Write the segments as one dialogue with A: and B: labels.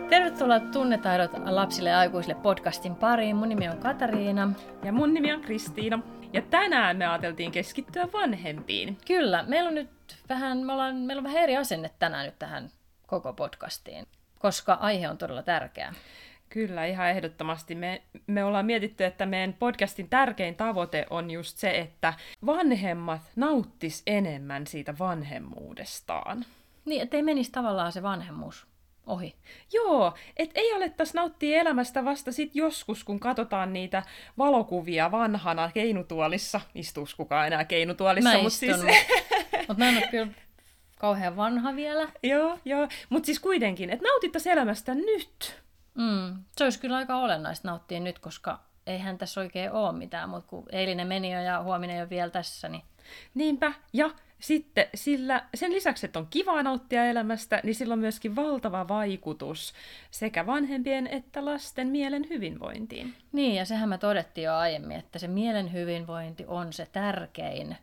A: Tervetuloa Tunnetaidot lapsille ja aikuisille podcastin pariin. Mun nimi on Katariina.
B: Ja mun nimi on Kristiina. Ja tänään me ajateltiin keskittyä vanhempiin.
A: Kyllä, meillä on vähän eri asenne tänään nyt tähän koko podcastiin, koska aihe on todella tärkeä.
B: Kyllä, ihan ehdottomasti. Me ollaan mietitty, että meidän podcastin tärkein tavoite on just se, että vanhemmat nauttis enemmän siitä vanhemmuudestaan.
A: Niin, ettei menisi tavallaan se vanhemmuus ohi.
B: Joo, et ei alettaisi nauttia elämästä vasta sit joskus, kun katsotaan niitä valokuvia vanhana keinutuolissa. Istuuks kukaan enää keinutuolissa?
A: Mä istun, mutta mä en ole kyllä kauhean vanha vielä.
B: Joo, mutta siis kuitenkin, että nautittaisiin elämästä nyt.
A: Se olisi kyllä aika olennaista nauttia nyt, koska eihän tässä oikein ole mitään, mutta kun eilinen meni jo ja huominen ei ole vielä tässä, niin...
B: Niinpä, ja sitten sen lisäksi, että on kiva nauttia elämästä, niin sillä on myöskin valtava vaikutus sekä vanhempien että lasten mielen hyvinvointiin.
A: Niin, ja sehän me todettiin jo aiemmin, että se mielen hyvinvointi on se tärkein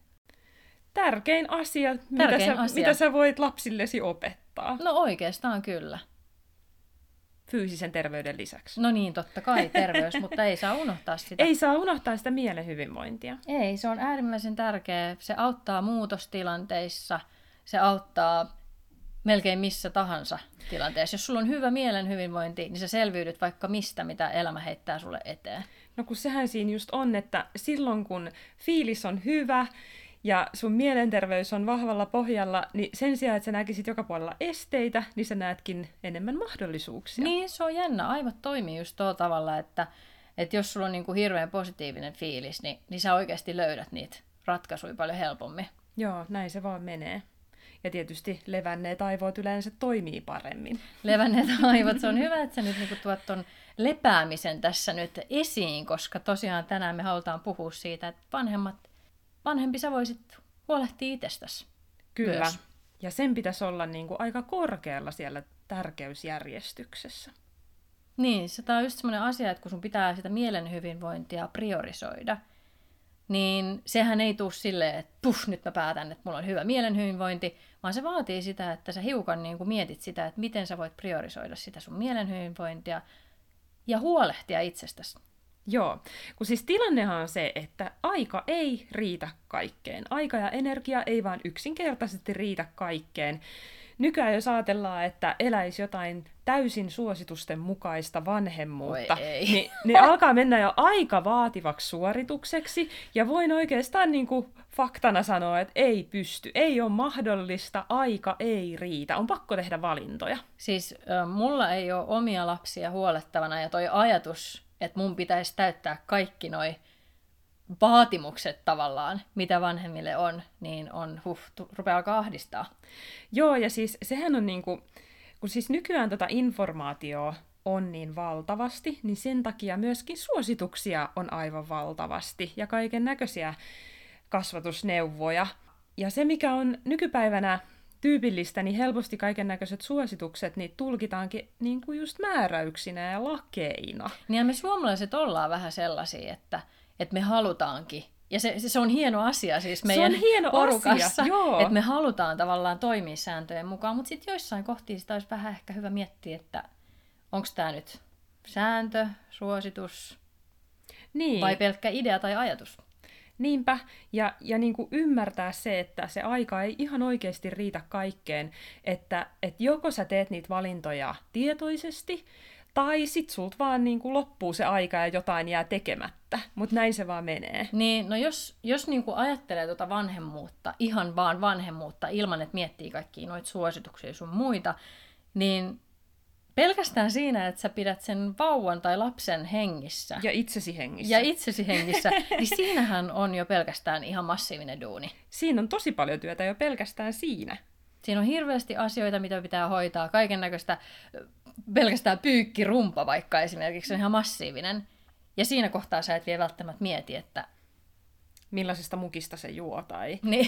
B: asia, mitä sä voit lapsillesi opettaa.
A: No oikeastaan kyllä.
B: Fyysisen terveyden lisäksi.
A: No niin, totta kai terveys, mutta ei saa unohtaa sitä.
B: Ei saa unohtaa sitä mielen hyvinvointia.
A: Ei, se on äärimmäisen tärkeä. Se auttaa muutostilanteissa, se auttaa melkein missä tahansa tilanteessa. Jos sulla on hyvä mielen hyvinvointi, niin sä selviydyt vaikka mistä, mitä elämä heittää sulle eteen.
B: No kun sehän siinä just on, että silloin kun fiilis on hyvä ja sun mielenterveys on vahvalla pohjalla, niin sen sijaan, että sä näkisit joka puolella esteitä, niin sä näetkin enemmän mahdollisuuksia.
A: Niin, se on jännä. Aivot toimii just tuolla tavalla, että jos sulla on niin kuin hirveän positiivinen fiilis, niin sä oikeasti löydät niitä ratkaisuja paljon helpommin.
B: Joo, näin se vaan menee. Ja tietysti levänneet aivot yleensä toimii paremmin.
A: Levänneet aivot, se on hyvä, että sä nyt niin kuin tuot ton lepäämisen tässä nyt esiin, koska tosiaan tänään me halutaan puhua siitä, että vanhempi sä voisit huolehtia itsestäsi.
B: Kyllä,
A: myös.
B: Ja sen pitäisi olla niin kuin aika korkealla siellä tärkeysjärjestyksessä.
A: Niin, se on just semmoinen asia, että kun sun pitää sitä mielen hyvinvointia priorisoida, niin sehän ei tule silleen, että nyt mä päätän, että mulla on hyvä mielen hyvinvointi, vaan se vaatii sitä, että sä hiukan niin kuin mietit sitä, että miten sä voit priorisoida sitä sun mielen hyvinvointia ja huolehtia itsestäsi.
B: Joo, kun siis tilannehan on se, että aika ei riitä kaikkeen. Aika ja energia ei vaan yksinkertaisesti riitä kaikkeen. Nykyään jos ajatellaan, että eläisi jotain täysin suositusten mukaista vanhemmuutta, niin alkaa mennä jo aika vaativaksi suoritukseksi. Ja voin oikeastaan niin kuin faktana sanoa, että ei pysty, ei ole mahdollista, aika ei riitä. On pakko tehdä valintoja.
A: Siis mulla ei ole omia lapsia huolettavana ja toi ajatus, että mun pitäisi täyttää kaikki noi vaatimukset tavallaan, mitä vanhemmille on, niin rupeaa alkaa ahdistaa.
B: Joo, ja siis sehän on niinku, kun siis nykyään informaatiota on niin valtavasti, niin sen takia myöskin suosituksia on aivan valtavasti, ja kaiken näköisiä kasvatusneuvoja. Ja se, mikä on nykypäivänä tyypillistä, niin helposti kaiken näköiset suositukset niin tulkitaankin niin kuin just määräyksinä ja lakeina.
A: Niin ja me suomalaiset ollaan vähän sellaisia, että me halutaankin. Ja se on hieno asia siis meidän porukassa, että me halutaan tavallaan toimia sääntöjen mukaan, mutta sitten joissain kohtiin sitä olisi vähän ehkä hyvä miettiä, että onko tämä nyt sääntö, suositus vai pelkkä idea tai ajatus.
B: Niinpä, ja niin kuin ymmärtää se, että se aika ei ihan oikeasti riitä kaikkeen, että joko sä teet niitä valintoja tietoisesti, tai sit sulta vaan niin kuin loppuu se aika ja jotain jää tekemättä, mutta näin se vaan menee.
A: Niin, no jos niin kuin ajattelee tuota vanhemmuutta, ihan vaan vanhemmuutta, ilman että miettii kaikkia noita suosituksia sun muita, niin pelkästään siinä, että sä pidät sen vauvan tai lapsen hengissä.
B: Ja itsesi hengissä.
A: Niin siinähän on jo pelkästään ihan massiivinen duuni.
B: Siinä on tosi paljon työtä jo pelkästään siinä.
A: Siinä on hirveästi asioita, mitä pitää hoitaa. Kaiken näköistä, pelkästään pyykkirumpa vaikka esimerkiksi on ihan massiivinen. Ja siinä kohtaa sä et vielä välttämättä mieti, että
B: millaisesta mukista se juo tai
A: niin.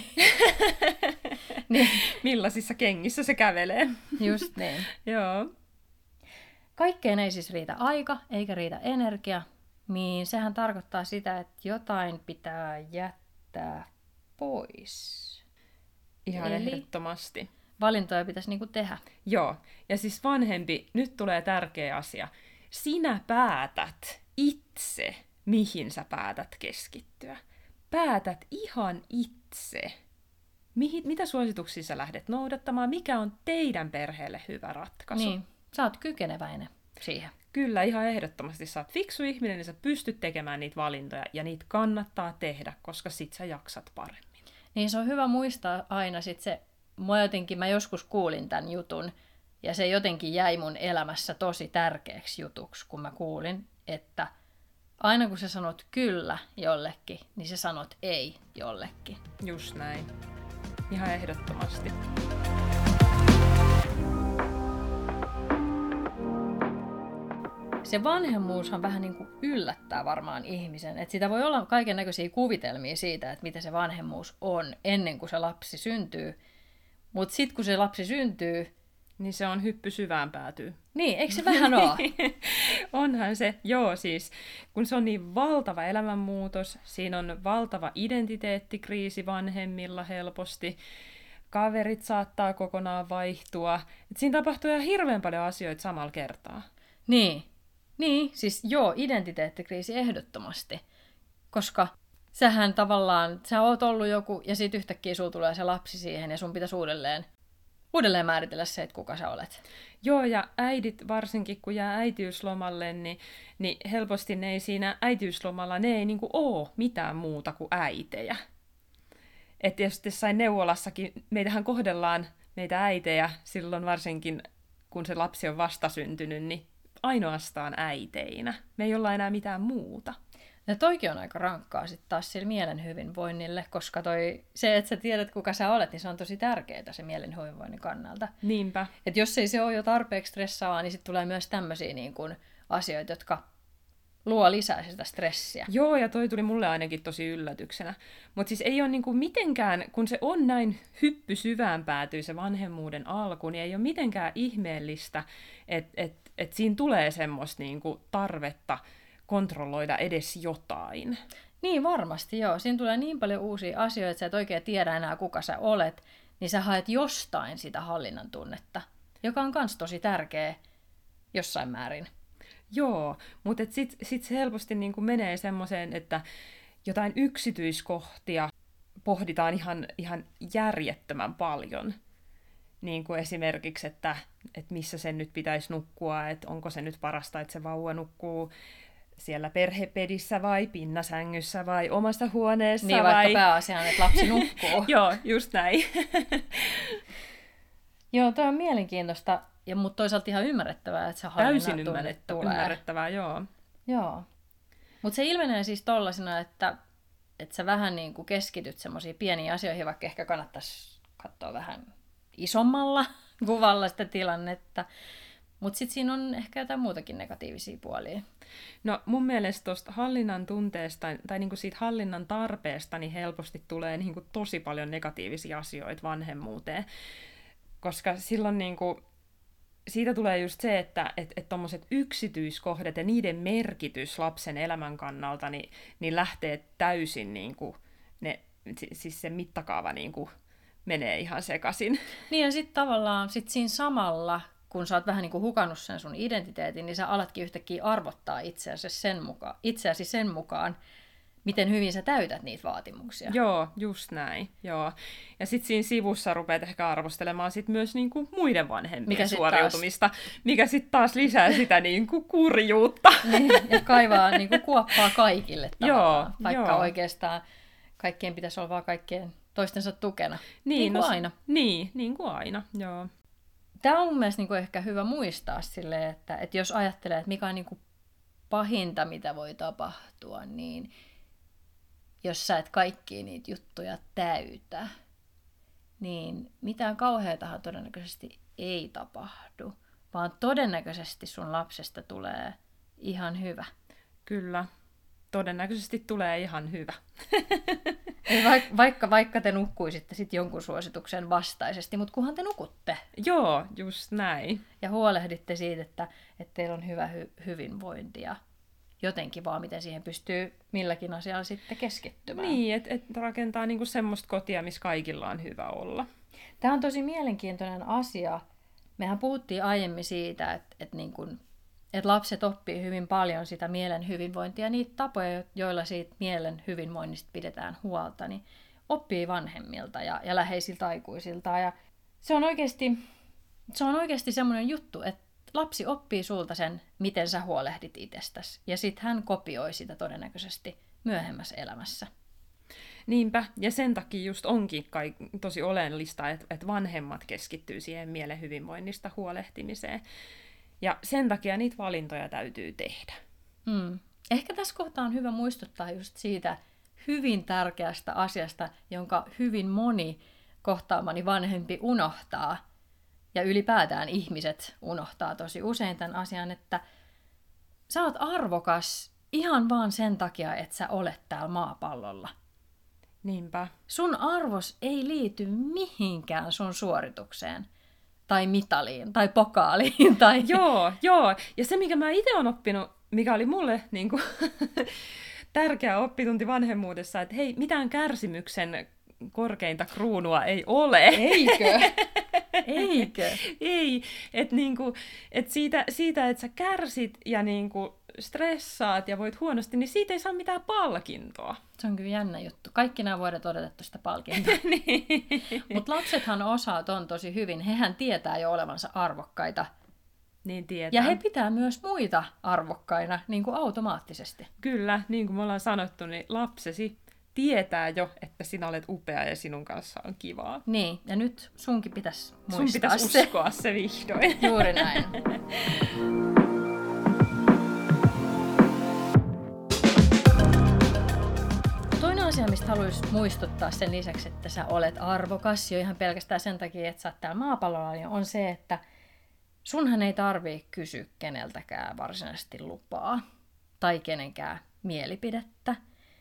A: Niin.
B: Millaisissa kengissä se kävelee.
A: Just niin.
B: Joo.
A: Kaikkeen ei siis riitä aika, eikä riitä energia, niin sehän tarkoittaa sitä, että jotain pitää jättää pois.
B: Ihan ehdottomasti.
A: valintoja pitäisi niin kuin tehdä.
B: Joo, ja siis vanhempi, nyt tulee tärkeä asia. Sinä päätät itse, mihin sä päätät keskittyä. Päätät ihan itse. Mitä suosituksia sä lähdet noudattamaan, mikä on teidän perheelle hyvä ratkaisu.
A: Niin, sä oot kykeneväinen siihen.
B: Kyllä, ihan ehdottomasti sä oot fiksu ihminen, niin sä pystyt tekemään niitä valintoja, ja niitä kannattaa tehdä, koska sit sä jaksat paremmin.
A: Niin se on hyvä muistaa aina sit se, mä joskus kuulin tämän jutun, ja se jotenkin jäi mun elämässä tosi tärkeäksi jutuksi, kun mä kuulin, että aina kun sä sanot kyllä jollekin, niin sä sanot ei jollekin.
B: Just näin. Ihan ehdottomasti.
A: Se vanhemmuushan vähän niin kuin yllättää varmaan ihmisen. Että sitä voi olla kaiken näköisiä kuvitelmia siitä, että mitä se vanhemmuus on ennen kuin se lapsi syntyy. Mutta sitten kun se lapsi syntyy...
B: Niin se on hyppy syvään päätyy.
A: Niin, eikö se vähän ole?
B: Onhan se, joo siis. Kun se on niin valtava elämänmuutos, siinä on valtava identiteettikriisi vanhemmilla helposti. Kaverit saattaa kokonaan vaihtua. Et siinä tapahtuu ihan hirveän paljon asioita samalla kertaa.
A: Niin, siis joo, identiteettikriisi ehdottomasti. Koska sähän tavallaan, sä oot ollut joku ja sit yhtäkkiä sulla tulee se lapsi siihen ja sun pitäisi uudelleen määritellä se, että kuka sä olet.
B: Joo, ja äidit varsinkin, kun jää äitiyslomalle, niin helposti ne ei siinä äitiyslomalla, ne ei niinku oo mitään muuta kuin äitejä. Että jos jossain neuvolassakin, meitähän kohdellaan meitä äitejä silloin varsinkin, kun se lapsi on vastasyntynyt, niin ainoastaan äiteinä. Me ei olla enää mitään muuta.
A: Ja toikin on aika rankkaa sitten taas sille mielen hyvinvoinnille, koska se, että sä tiedät kuka sä olet, niin se on tosi tärkeää se mielen hyvinvoinnin kannalta.
B: Niinpä.
A: Et jos ei se ole jo tarpeeksi stressaavaa, niin sitten tulee myös tämmöisiä niin kuin asioita, jotka luo lisää sitä stressiä.
B: Joo, ja toi tuli mulle ainakin tosi yllätyksenä. Mutta siis ei ole niinku mitenkään, kun se on näin hyppy syvään päätyy se vanhemmuuden alku, niin ei ole mitenkään ihmeellistä, että siinä tulee semmoista niinku tarvetta kontrolloida edes jotain.
A: Niin varmasti, joo. Siinä tulee niin paljon uusia asioita, että sä et oikein tiedä enää kuka sä olet, niin sä haet jostain sitä hallinnan tunnetta, joka on myös tosi tärkeä jossain määrin.
B: Joo, mutta sit se helposti niinku menee semmoiseen, että jotain yksityiskohtia pohditaan ihan järjettömän paljon. Niin kuin esimerkiksi, että missä sen nyt pitäisi nukkua, että onko se nyt parasta, että se vauva nukkuu siellä perhepedissä vai pinnasängyssä vai omassa huoneessa.
A: Niin, vaikka pääasiaan, että lapsi nukkuu.
B: Joo, just näin.
A: Joo, toi on mielenkiintoista, mutta toisaalta ihan ymmärrettävää, että se hallinnan tunne tulee.
B: Ymmärrettävää, joo.
A: Joo. Mutta se ilmenee siis tollasena, että sä vähän niin kuin keskityt semmoisiin pieniin asioihin, vaikka ehkä kannattaisi katsoa vähän isommalla kuvalla sitä tilannetta. Mutta sitten siinä on ehkä jotain muutakin negatiivisia puolia.
B: No mun mielestä tuosta hallinnan tunteesta tai niinku siitä hallinnan tarpeesta niin helposti tulee niinku tosi paljon negatiivisia asioita vanhemmuuteen. Koska silloin niinku, siitä tulee just se, että tommoset yksityiskohdat ja niiden merkitys lapsen elämän kannalta niin lähtee täysin, niinku, siis se mittakaava niinku menee ihan sekaisin.
A: Niin ja sitten tavallaan siinä samalla, kun sä oot vähän niin kuin hukannut sen sun identiteetin, niin sä alatkin yhtäkkiä arvottaa itseäsi sen mukaan, miten hyvin sä täytät niitä vaatimuksia.
B: Joo, just näin. Joo. Ja sitten siinä sivussa rupeat ehkä arvostelemaan sit myös niinku muiden vanhempien suoriutumista, mikä sitten taas lisää sitä niinku kurjuutta.
A: Niin, ja kaivaa niinku kuoppaa kaikille tavallaan, vaikka
B: joo.
A: Oikeastaan kaikkien pitäisi olla vaan kaikkien toistensa tukena.
B: Niin
A: kuin aina.
B: Niin kuin aina, joo.
A: Tämä on mun mielestä niinku ehkä hyvä muistaa silleen, että jos ajattelee, että mikä on niinku pahinta, mitä voi tapahtua, niin jos sä et kaikkia niitä juttuja täytä, niin mitään kauheatahan todennäköisesti ei tapahdu, vaan todennäköisesti sun lapsesta tulee ihan hyvä.
B: Kyllä, todennäköisesti tulee ihan hyvä.
A: Vaikka te nukkuisitte sit jonkun suosituksen vastaisesti, mutta kunhan te nukutte.
B: Joo, just näin.
A: Ja huolehditte siitä, että teillä on hyvä hyvinvointi ja jotenkin vaan, miten siihen pystyy milläkin asialla sitten keskittymään.
B: Niin, että rakentaa niinku semmoista kotia, missä kaikilla on hyvä olla.
A: Tämä on tosi mielenkiintoinen asia. Mehän puhuttiin aiemmin siitä, että lapset oppii hyvin paljon sitä mielen hyvinvointia, niitä tapoja, joilla siitä mielen hyvinvoinnista pidetään huolta, niin oppii vanhemmilta ja läheisiltä aikuisilta. Ja se on oikeasti semmoinen juttu, että lapsi oppii sulta sen, miten sä huolehdit itsestäsi. Ja sitten hän kopioi sitä todennäköisesti myöhemmässä elämässä.
B: Niinpä, ja sen takia just onkin tosi oleellista, että vanhemmat keskittyy siihen mielen hyvinvoinnista huolehtimiseen. Ja sen takia niitä valintoja täytyy tehdä.
A: Ehkä tässä kohtaa on hyvä muistuttaa just siitä hyvin tärkeästä asiasta, jonka hyvin moni kohtaamani vanhempi unohtaa. Ja ylipäätään ihmiset unohtaa tosi usein tämän asian, että sä oot arvokas ihan vaan sen takia, että sä olet täällä maapallolla.
B: Niinpä.
A: Sun arvos ei liity mihinkään sun suoritukseen, tai mitaliin, tai pokaaliin. Tai...
B: Joo. Ja se, mikä mä itse olen oppinut, mikä oli mulle niin kuin, tärkeä oppitunti vanhemmuudessa, että hei, mitään kärsimyksen korkeinta kruunua ei ole.
A: Eikö?
B: Ei. Että niinku, siitä, että sä kärsit ja niinku stressaat ja voit huonosti, niin siitä ei saa mitään palkintoa.
A: Se on kyllä jännä juttu. Kaikki nämä vuodet odotettu sitä palkintoa.
B: Niin.
A: Mutta lapsethan osaa ton tosi hyvin. Hehän tietää jo olevansa arvokkaita.
B: Niin tietää.
A: Ja he pitää myös muita arvokkaina niin kuin automaattisesti.
B: Kyllä, niin kuin me ollaan sanottu, niin lapsesi tietää jo, että sinä olet upea ja sinun kanssa on kivaa.
A: Niin, ja nyt sunkin pitäisi muistaa
B: Sun pitäisi uskoa se vihdoin.
A: Juuri näin. Toinen asia, mistä haluaisin muistuttaa sen lisäksi, että sä olet arvokas jo ihan pelkästään sen takia, että sä oot täällä maapallolla, niin on se, että sunhan ei tarvitse kysyä keneltäkään varsinaisesti lupaa tai kenenkään mielipidettä.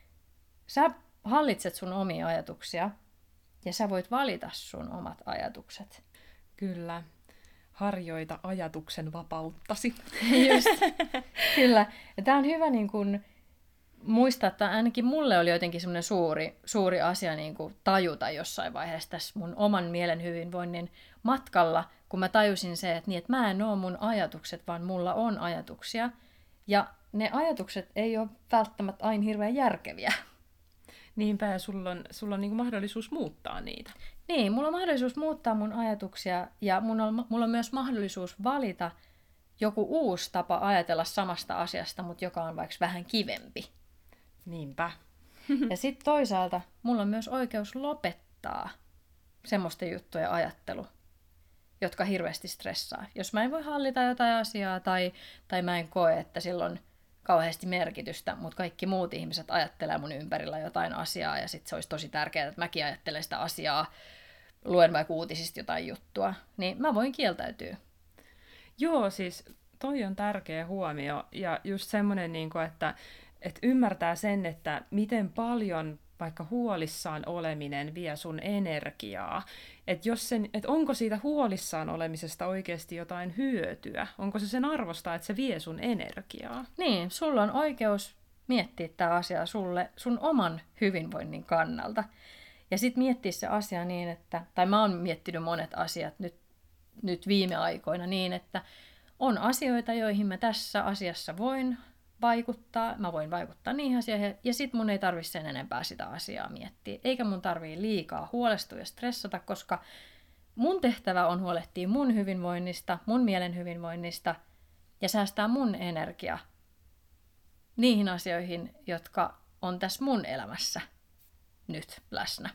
A: Sä hallitset sun omia ajatuksia ja sä voit valita sun omat ajatukset.
B: Kyllä. Harjoita ajatuksen vapauttasi.
A: Just. Kyllä. Ja tää on hyvä niin kun muistaa, että ainakin mulle oli jotenkin semmoinen suuri asia niin kun tajuta jossain vaiheessa tässä mun oman mielen hyvinvoinnin matkalla, kun mä tajusin se, että mä en oo mun ajatukset, vaan mulla on ajatuksia. Ja ne ajatukset ei ole välttämättä aina hirveän järkeviä.
B: Niinpä, ja sulla on niin kuin mahdollisuus muuttaa niitä.
A: Niin, mulla on mahdollisuus muuttaa mun ajatuksia, ja mulla on myös mahdollisuus valita joku uusi tapa ajatella samasta asiasta, mutta joka on vaikka vähän kivempi.
B: Niinpä.
A: Ja sitten toisaalta mulla on myös oikeus lopettaa semmoisten juttujen ajattelu, jotka hirveästi stressaa. Jos mä en voi hallita jotain asiaa, tai mä en koe, että silloin kauheasti merkitystä, mutta kaikki muut ihmiset ajattelee mun ympärillä jotain asiaa, ja sitten se olisi tosi tärkeää, että mäkin ajattelen sitä asiaa, luen vaikka uutisista jotain juttua, niin mä voin kieltäytyä.
B: Joo, siis toi on tärkeä huomio, ja just semmoinen, että ymmärtää sen, että miten paljon vaikka huolissaan oleminen vie sun energiaa. Että onko siitä huolissaan olemisesta oikeasti jotain hyötyä? Onko se sen arvosta, että se vie sun energiaa?
A: Niin, sulla on oikeus miettiä tämä asia sun oman hyvinvoinnin kannalta. Ja sitten miettiä se asia niin, että, tai mä oon miettinyt monet asiat nyt viime aikoina niin, että on asioita, joihin mä tässä asiassa voin vaikuttaa. Mä voin vaikuttaa niihin asioihin, ja sit mun ei tarvitse sen enempää sitä asiaa miettiä. Eikä mun tarvii liikaa huolestua ja stressata, koska mun tehtävä on huolehtia mun hyvinvoinnista, mun mielen hyvinvoinnista, ja säästää mun energia niihin asioihin, jotka on tässä mun elämässä nyt läsnä.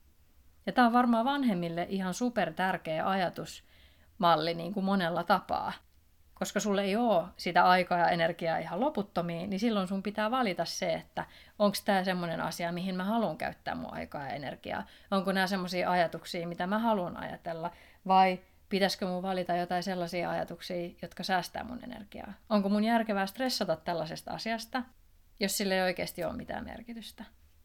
A: Ja tää on varmaan vanhemmille ihan super tärkeä ajatusmalli niin kuin monella tapaa. Koska sulle ei ole sitä aikaa ja energiaa ihan loputtomiin, niin silloin sun pitää valita se, että onko tämä semmoinen asia, mihin mä haluan käyttää mun aikaa ja energiaa. Onko nämä semmoisia ajatuksia, mitä mä haluan ajatella, vai pitäisikö mun valita jotain sellaisia ajatuksia, jotka säästää mun energiaa. Onko mun järkevää stressata tällaisesta asiasta, jos sille ei oikeasti ole mitään merkitystä.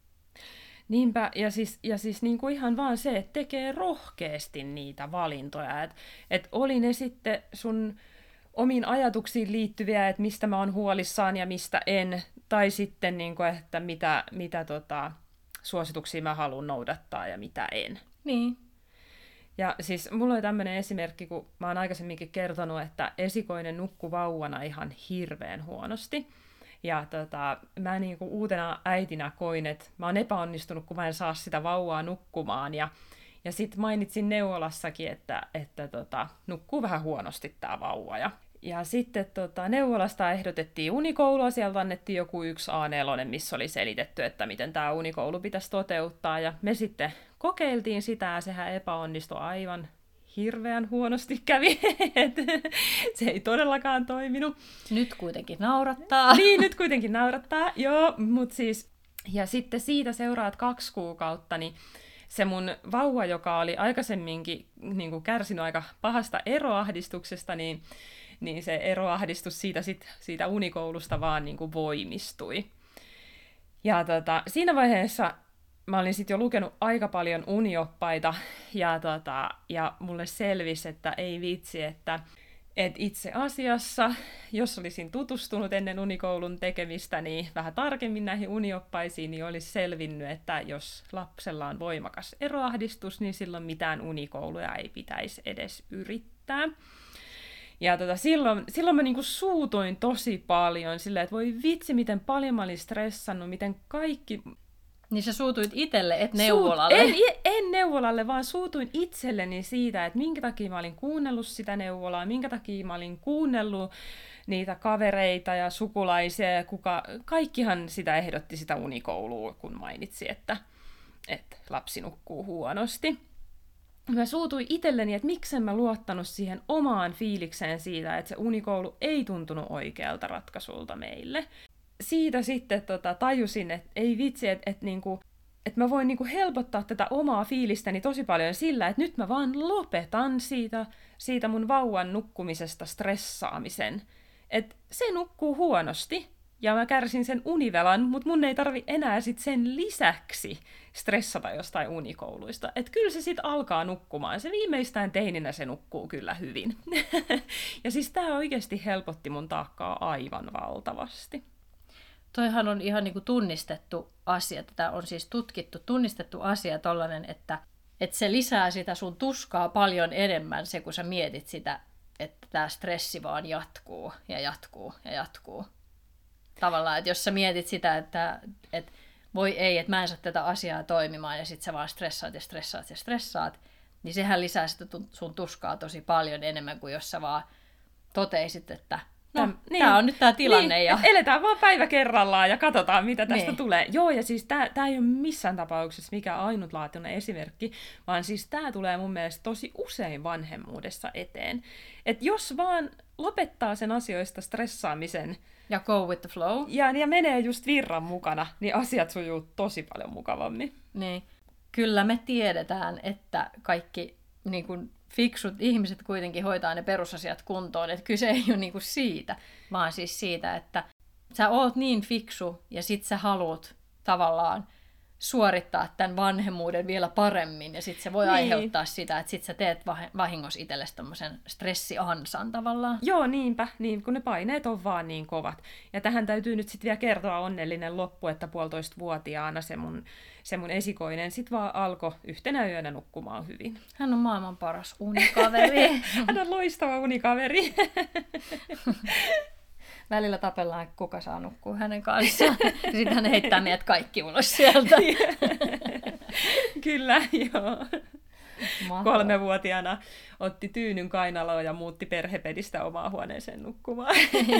B: Niinpä, ja siis niin kuin ihan vaan se, että tekee rohkeasti niitä valintoja. Että oli ne sitten sun omiin ajatuksiin liittyviä, että mistä mä oon huolissaan ja mistä en, tai sitten, niin kuin, että mitä suosituksia mä haluan noudattaa ja mitä en.
A: Niin.
B: Ja siis mulla oli tämmöinen esimerkki, kun mä oon aikaisemminkin kertonut, että esikoinen nukkui vauvana ihan hirveän huonosti. Ja mä niinku uutena äitinä koin, että mä oon epäonnistunut, kun mä en saa sitä vauvaa nukkumaan. Ja sitten mainitsin neuvolassakin, että nukkuu vähän huonosti tää vauva. Ja sitten neuvolasta ehdotettiin unikoulua, sieltä annettiin joku 1 A4, missä oli selitetty, että miten tämä unikoulu pitäisi toteuttaa. Ja me sitten kokeiltiin sitä, ja sehän epäonnistui aivan hirveän huonosti kävi. Se ei todellakaan toiminut.
A: Nyt kuitenkin naurattaa.
B: Niin, nyt kuitenkin naurattaa, joo, mutta siis... Ja sitten siitä seuraat 2 kuukautta, niin se mun vauva, joka oli aikaisemminkin niin kuin kärsinyt aika pahasta eroahdistuksesta, niin se eroahdistus siitä unikoulusta vaan niin kuin voimistui. Ja siinä vaiheessa mä olin sitten jo lukenut aika paljon unioppaita, ja mulle selvisi, että ei vitsi, että itse asiassa, jos olisin tutustunut ennen unikoulun tekemistä niin vähän tarkemmin näihin unioppaisiin, niin olisi selvinnyt, että jos lapsella on voimakas eroahdistus, niin silloin mitään unikouluja ei pitäisi edes yrittää. Ja silloin mä niinku suutuin tosi paljon silleen, että voi vitsi, miten paljon mä olin stressannut, miten kaikki...
A: Niin sä suutuit itselle, et neuvolalle?
B: En neuvolalle, vaan suutuin itselleni siitä, että minkä takia mä olin kuunnellut sitä neuvolaa, minkä takia mä olin kuunnellut niitä kavereita ja sukulaisia, ja kaikkihan sitä ehdotti sitä unikoulua, kun mainitsi, että lapsi nukkuu huonosti. Mä suutuin itselleni, että miksen mä luottanut siihen omaan fiilikseen siitä, että se unikoulu ei tuntunut oikealta ratkaisulta meille. Siitä sitten tajusin, että ei vitsi, että mä voin niinku helpottaa tätä omaa fiilistäni tosi paljon sillä, että nyt mä vaan lopetan siitä mun vauvan nukkumisesta stressaamisen. Että se nukkuu huonosti, ja mä kärsin sen univelan, mutta mun ei tarvi enää sit sen lisäksi stressata jostain unikouluista. Että kyllä se sit alkaa nukkumaan. Se viimeistään teininä se nukkuu kyllä hyvin. Ja siis tää oikeasti helpotti mun taakkaa aivan valtavasti.
A: Toihan on ihan niinku tunnistettu asia. Tätä on siis tunnistettu asia tollanen, että se lisää sitä sun tuskaa paljon enemmän se, kun sä mietit sitä, että tää stressi vaan jatkuu ja jatkuu ja jatkuu. Tavallaan, että jos sä mietit sitä, että voi ei, että mä en saa tätä asiaa toimimaan, ja sit sä vaan stressaat, niin sehän lisää sitä sun tuskaa tosi paljon enemmän kuin jos sä vaan toteisit, että tää on nyt tää tilanne.
B: Niin, ja... eletään vaan päivä kerrallaan ja katsotaan, mitä tästä tulee. Joo, ja siis tää ei ole missään tapauksessa mikään ainutlaatuinen esimerkki, vaan siis tää tulee mun mielestä tosi usein vanhemmuudessa eteen. Että jos vaan lopettaa sen asioista stressaamisen,
A: ja go with the flow.
B: Ja menee just virran mukana, niin asiat sujuu tosi paljon mukavammin.
A: Niin. Kyllä me tiedetään, että kaikki niin kun fiksut ihmiset kuitenkin hoitaa ne perusasiat kuntoon. Että kyse ei ole niin kuin siitä, vaan siis siitä, että sä oot niin fiksu ja sit sä haluat tavallaan suorittaa tämän vanhemmuuden vielä paremmin. Ja sit se voi aiheuttaa sitä, että sit sä teet vahingossa itsellesi tommosen stressiansan tavallaan.
B: Joo, niinpä, kun ne paineet on vaan niin kovat. Ja tähän täytyy nyt sitten vielä kertoa onnellinen loppu, että 1,5-vuotiaana se mun esikoinen sit vaan alkoi yhtenä yönä nukkumaan hyvin.
A: Hän on maailman paras unikaveri.
B: Hän on loistava unikaveri.
A: Välillä tapellaan, kuka saa nukkua hänen kanssaan. Sitten hän heittää meidät kaikki ulos sieltä.
B: Kyllä, joo. Mahtavaa. 3-vuotiaana otti tyynyn kainaloon ja muutti perhepedistä omaan huoneeseen nukkumaan.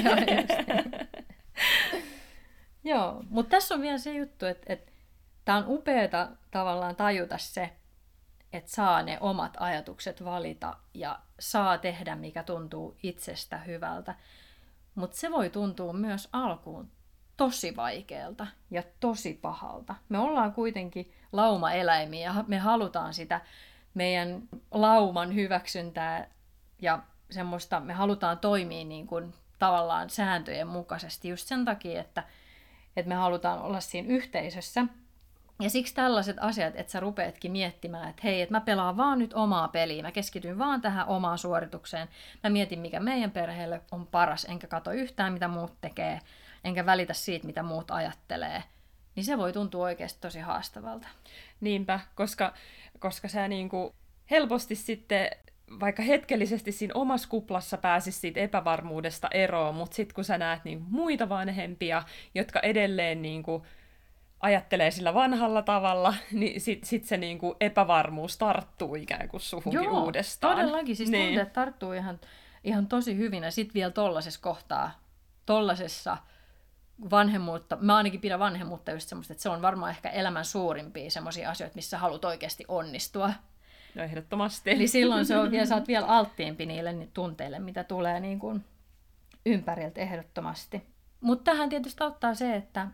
A: Joo, mutta tässä on vielä se juttu, että tämä on upeata tavallaan tajuta se, että saa ne omat ajatukset valita ja saa tehdä, mikä tuntuu itsestä hyvältä. Mutta se voi tuntua myös alkuun tosi vaikealta ja tosi pahalta. Me ollaan kuitenkin laumaeläimiä ja me halutaan sitä meidän lauman hyväksyntää ja semmoista, me halutaan toimia niin kuin tavallaan sääntöjen mukaisesti just sen takia, että me halutaan olla siinä yhteisössä. Ja siksi tällaiset asiat, että sä rupeatkin miettimään, että hei, että mä pelaan vaan nyt omaa peliä, mä keskityn vaan tähän omaan suoritukseen, mä mietin, mikä meidän perheelle on paras, enkä katso yhtään, mitä muut tekee, enkä välitä siitä, mitä muut ajattelee, niin se voi tuntua oikeasti tosi haastavalta.
B: Niinpä, koska sä niinku helposti sitten vaikka hetkellisesti siinä omassa kuplassa pääsisi siitä epävarmuudesta eroon, mutta sitten kun sä näet niin muita vanhempia, jotka edelleen niin kuin ajattelee sillä vanhalla tavalla, niin sit se niin kuin epävarmuus tarttuu ikään kuin suhunkin uudestaan.
A: Todellakin. Siis
B: niin.
A: Tunteet tarttuu ihan tosi hyvin. Ja sitten vielä tollasessa kohtaa, tollasessa vanhemmuutta, mä ainakin pidän vanhemmuutta just semmoista, että se on varmaan ehkä elämän suurimpia semmoisia asioita, missä haluat oikeasti onnistua.
B: No ehdottomasti.
A: Eli silloin sä oot vielä alttiimpi niille tunteille, mitä tulee niin kuin ympäriltä ehdottomasti. Mutta tähän tietysti auttaa se, että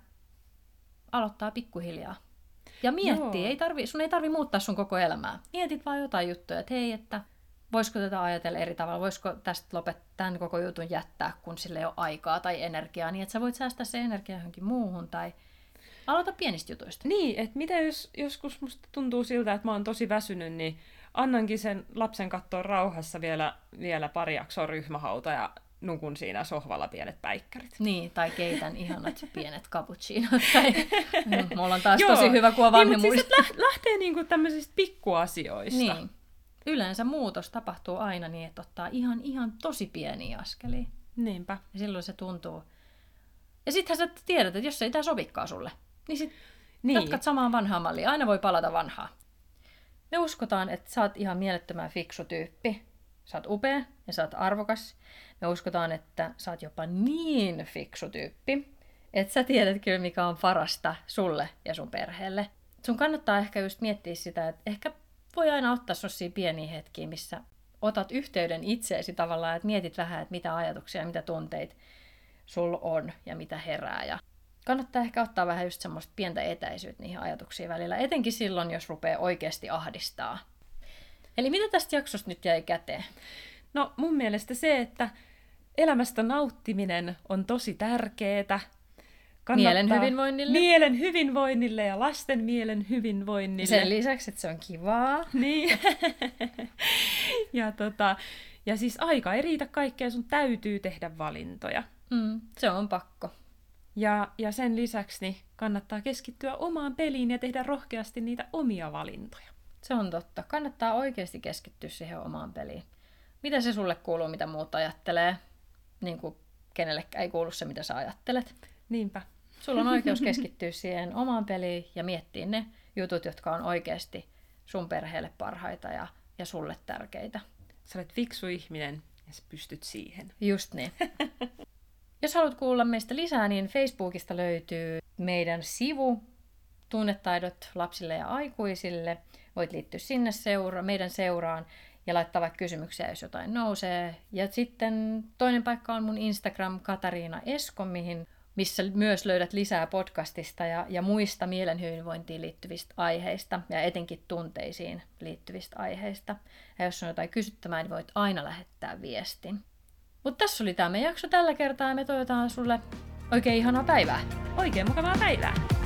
A: aloittaa pikkuhiljaa. Ja miettii, sun ei tarvi muuttaa sun koko elämää. Mietit vaan jotain juttuja, että hei, että voisiko tätä ajatella eri tavalla, voisiko tästä tämän koko jutun jättää, kun sille ei ole aikaa tai energiaa, niin että sä voit säästää se energiaa johonkin muuhun tai aloita pienistä jutuista.
B: Niin, että mitä jos joskus musta tuntuu siltä, että mä oon tosi väsynyt, niin annankin sen lapsen katsoa rauhassa vielä pari jaksoa ryhmähauta ja nukun siinä sohvalla pienet päikkärit.
A: Niin, tai keitän ihanat pienet cappuccinot. Tai mulla on taas tosi hyvä kuva vanhemmuudesta.
B: Niin, mutta siis lähtee niinku tämmöisistä pikkuasioista.
A: Niin. Yleensä muutos tapahtuu aina niin, että ottaa ihan tosi pieniä askelia.
B: Niinpä.
A: Ja silloin se tuntuu. Ja sittenhän sä tiedät, että jos ei tää sovikaan sulle, niin sit jatkat samaan vanhaan malliin. Aina voi palata vanhaan. Me uskotaan, että sä oot ihan mielettömän fiksu tyyppi. Sä oot upea ja sä oot arvokas. Me uskotaan, että sä oot jopa niin fiksu tyyppi, että sä tiedät kyllä, mikä on parasta sulle ja sun perheelle. Sun kannattaa ehkä just miettiä sitä, että ehkä voi aina ottaa sellaisia pieniä hetkiä, missä otat yhteyden itseesi tavallaan, että mietit vähän, että mitä ajatuksia ja mitä tunteita sulla on ja mitä herää. Ja kannattaa ehkä ottaa vähän just semmoista pientä etäisyyttä niihin ajatuksiin välillä, etenkin silloin, jos rupeaa oikeasti ahdistaa. Eli mitä tästä jaksosta nyt jäi käteen?
B: No mun mielestä se, että elämästä nauttiminen on tosi tärkeää.
A: Mielen hyvinvoinnille.
B: Mielen hyvinvoinnille ja lasten mielen hyvinvoinnille.
A: Sen lisäksi, että se on kivaa.
B: Niin. Ja siis aika ei riitä kaikkea, sun täytyy tehdä valintoja.
A: Se on pakko.
B: Ja sen lisäksi niin kannattaa keskittyä omaan peliin ja tehdä rohkeasti niitä omia valintoja.
A: Se on totta. Kannattaa oikeasti keskittyä siihen omaan peliin. Mitä se sulle kuuluu, mitä muut ajattelee? Niin kuin kenellekään ei kuulu se, mitä sä ajattelet.
B: Niinpä.
A: Sulla on oikeus keskittyä siihen omaan peliin ja miettiä ne jutut, jotka on oikeasti sun perheelle parhaita ja sulle tärkeitä.
B: Sä olet fiksu ihminen ja sä pystyt siihen.
A: Just niin. Jos haluat kuulla meistä lisää, niin Facebookista löytyy meidän sivu Tunnetaidot lapsille ja aikuisille. Voit liittyä sinne meidän seuraan ja laittaa vaikka kysymyksiä, jos jotain nousee. Ja sitten toinen paikka on mun Instagram Katariina Esko, missä myös löydät lisää podcastista ja muista mielen hyvinvointiin liittyvistä aiheista ja etenkin tunteisiin liittyvistä aiheista. Ja jos on jotain kysyttämää, niin voit aina lähettää viestin. Mutta tässä oli tämä meidän jakso tällä kertaa ja me toivotaan sulle oikein ihanaa päivää.
B: Oikein mukavaa päivää!